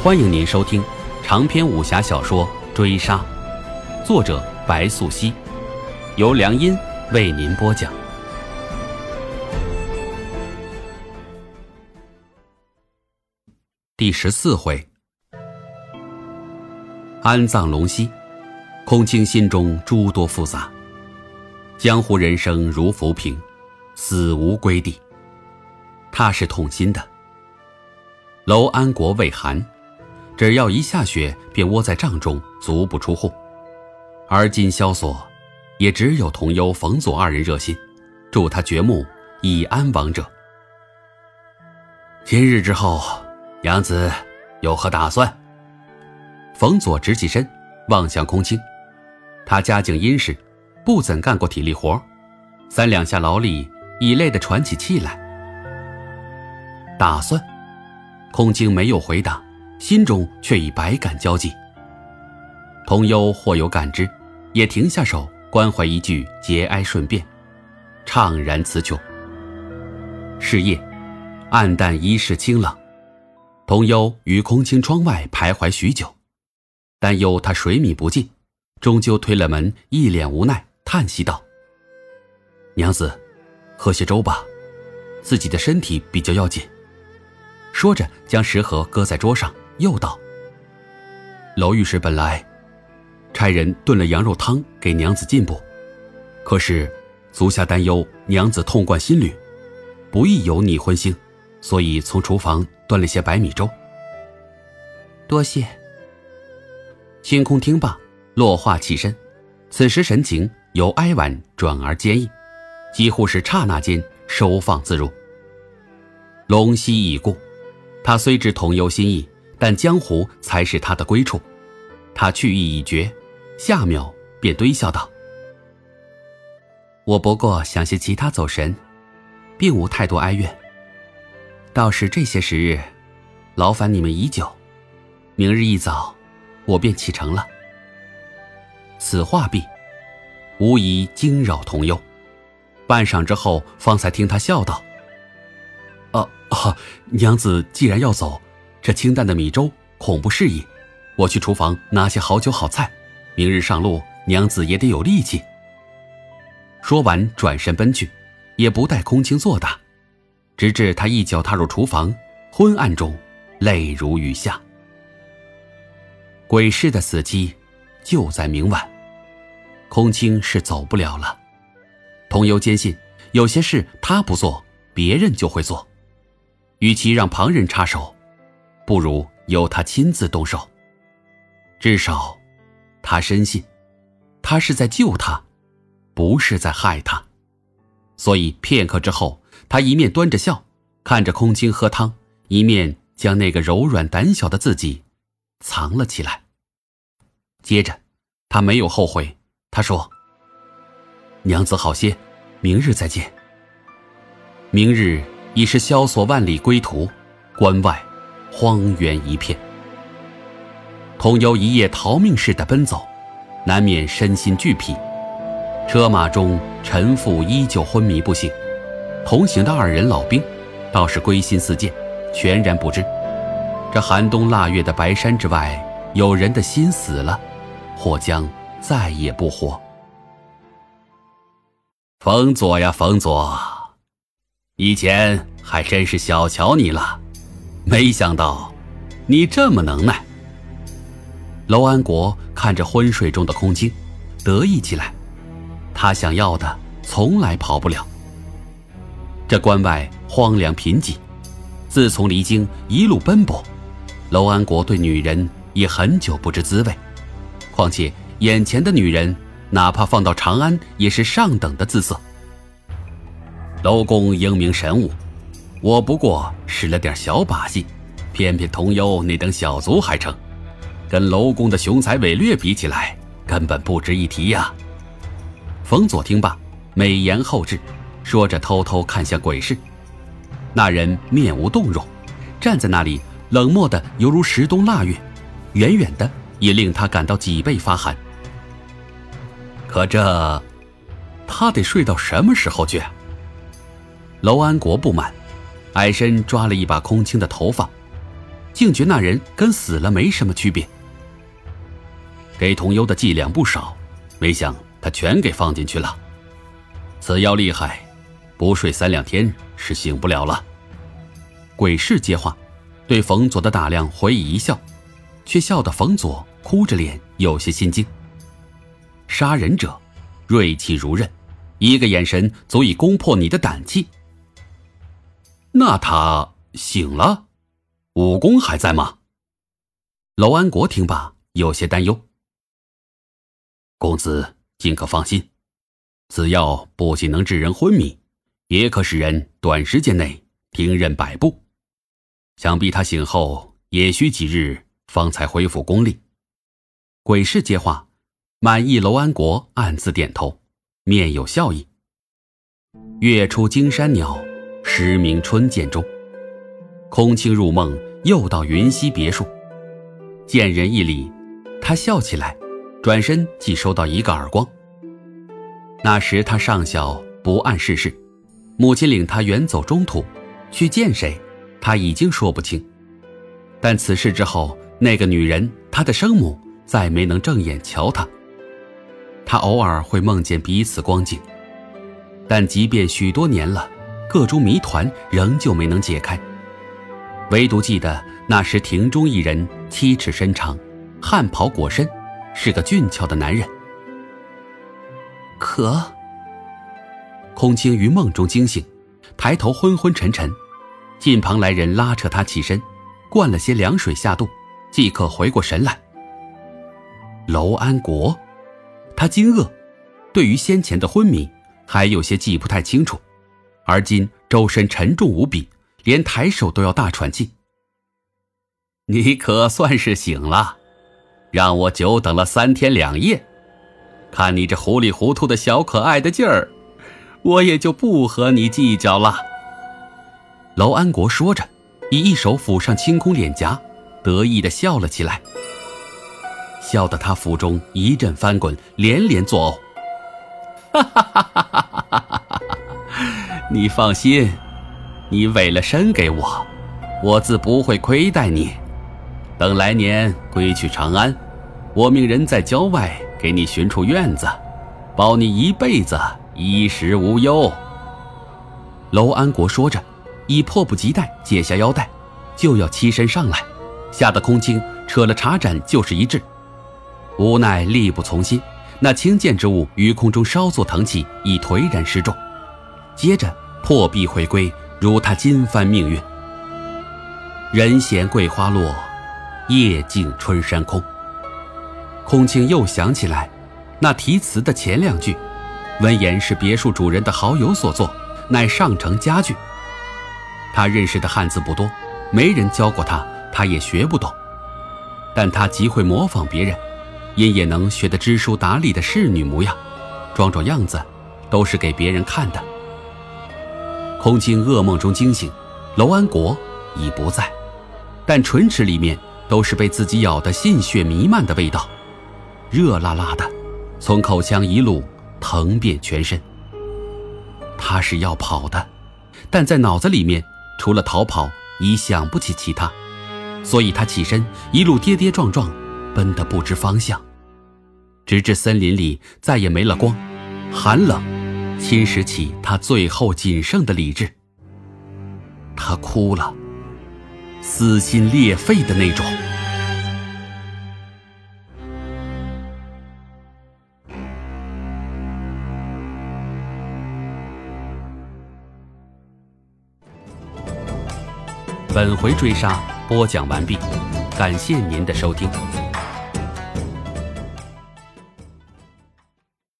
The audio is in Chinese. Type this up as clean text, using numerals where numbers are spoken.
欢迎您收听长篇武侠小说《追杀》，作者白素熙，由良音为您播讲。第14回，安葬龙溪，空清心中诸多复杂。江湖人生如浮萍，死无归地。他是痛心的。楼安国畏寒，只要一下雪便窝在帐中，足不出户。而今萧索，也只有童幽、冯佐二人热心，助他掘墓以安亡者。今日之后，娘子有何打算？冯佐直起身望向空清，他家境殷实，不怎干过体力活，3两下劳力已累得喘起气来。打算？空清没有回答，心中却已百感交集。童幽或有感知，也停下手，关怀一句节哀顺变，怅然辞去。是夜，暗淡衣饰清冷，童幽于空清窗外徘徊许久，担忧他水米不进，终究推了门，一脸无奈，叹息道：娘子，喝些粥吧，自己的身体比较要紧。说着将食盒搁在桌上，又道：娄御史本来差人炖了羊肉汤给娘子进补，可是足下担忧娘子痛贯心旅，不宜有逆荤腥，所以从厨房端了些白米粥。多谢。清空听罢，落话起身，此时神情由哀婉转而坚毅，几乎是刹那间收放自如。龙溪已故，他虽知童幽心意，但江湖才是他的归处。他去意已决，下秒便堆笑道：我不过想些其他走神，并无太多哀怨。倒是这些时日，劳烦你们已久，明日一早，我便启程了。此话毕，无疑惊扰童幽。半晌之后，方才听他笑道：娘子既然要走，这清淡的米粥恐不适宜，我去厨房拿些好酒好菜，明日上路，娘子也得有力气。说完转身奔去，也不待空清作答，直至他一脚踏入厨房，昏暗中泪如雨下。鬼市的死期就在明晚，空清是走不了了。童幽坚信，有些事他不做，别人就会做，与其让旁人插手，不如由他亲自动手。至少他深信，他是在救他，不是在害他。所以片刻之后，他一面端着笑看着空清喝汤，一面将那个柔软胆小的自己藏了起来。接着他没有后悔，他说：娘子好些，明日再见。明日已是萧索万里归途，关外荒原一片。童幽一夜逃命似的奔走，难免身心俱疲。车马中陈父依旧昏迷不醒，同行的2人老兵倒是归心似箭，全然不知这寒冬腊月的白山之外，有人的心死了，或将再也不活。冯佐呀冯佐，以前还真是小瞧你了，没想到你这么能耐。娄安国看着昏睡中的空清，得意起来。他想要的从来跑不了。这关外荒凉贫瘠，自从离京一路奔波，娄安国对女人也很久不知滋味。况且眼前的女人，哪怕放到长安也是上等的姿色。娄公英明神武，我不过使了点小把戏，偏偏童幽那等小卒还成，跟娄公的雄才伟略比起来，根本不值一提呀。冯佐听罢，美言后至，说着偷偷看向鬼市。那人面无动容，站在那里冷漠的犹如10冬腊月，远远的也令他感到脊背发寒。可这他得睡到什么时候去？娄安国不满，矮身抓了一把空清的头发， 竟觉那人跟死了没什么区别。给童优的伎俩不少，没想他全给放进去了。此药厉害，不睡3两天是醒不了了。鬼市接话，对冯佐的打量回以一笑，却笑得冯佐哭着脸，有些心惊。杀人者，锐气如刃，一个眼神足以攻破你的胆气。那他醒了？武功还在吗？楼安国听罢，有些担忧。公子尽可放心，此药不仅能致人昏迷，也可使人短时间内听任摆布。想必他醒后也需几日方才恢复功力。鬼市接话，满意楼安国暗自点头，面有笑意。月出惊山鸟，时鸣春涧中。空清入梦，又到云溪别墅，见人一礼，他笑起来，转身即收到一个耳光。那时他尚小，不谙世事，母亲领他远走中途，去见谁，他已经说不清。但此事之后，那个女人，他的生母，再没能正眼瞧他。他偶尔会梦见彼此光景，但即便许多年了，各种谜团仍旧没能解开。唯独记得那时庭中一人7尺身长，汗袍裹身，是个俊俏的男人。空清于梦中惊醒，抬头昏昏沉沉，近旁来人拉扯他起身，灌了些凉水下肚，即刻回过神来。楼安国，他惊愕，对于先前的昏迷还有些记不太清楚，而今周身沉重无比，连抬手都要大喘气。你可算是醒了，让我久等了3天2夜。看你这糊里糊涂的小可爱的劲儿，我也就不和你计较了。楼安国说着，以一手抚上清空脸颊，得意地笑了起来，笑得他腹中一阵翻滚，连连作呕。哈哈哈哈哈哈！你放心，你委了身给我，我自不会亏待你。等来年归去长安，我命人在郊外给你寻处院子，保你一辈子衣食无忧。楼安国说着，已迫不及待解下腰带，就要欺身上来，吓得空清扯了茶盏就是一掷。无奈力不从心，那轻剑之物于空中稍作腾起，已颓然失重，接着破壁回归，如他今番命运。人闲桂花落，夜静春山空。空清又想起来那题词的前2句，闻言是别墅主人的好友所作，乃上乘佳句。他认识的汉字不多，没人教过他，他也学不懂，但他极会模仿别人，因也能学得知书达理的侍女模样，装装样子都是给别人看的。空清噩梦中惊醒，楼安国已不在，但唇齿里面都是被自己咬得鲜血弥漫的味道，热辣辣的，从口腔一路腾遍全身。他是要跑的，但在脑子里面除了逃跑已想不起其他，所以他起身一路跌跌撞撞，奔得不知方向，直至森林里再也没了光，寒冷侵蚀起他最后仅剩的理智。他哭了，撕心裂肺的那种。本回追杀播讲完毕，感谢您的收听。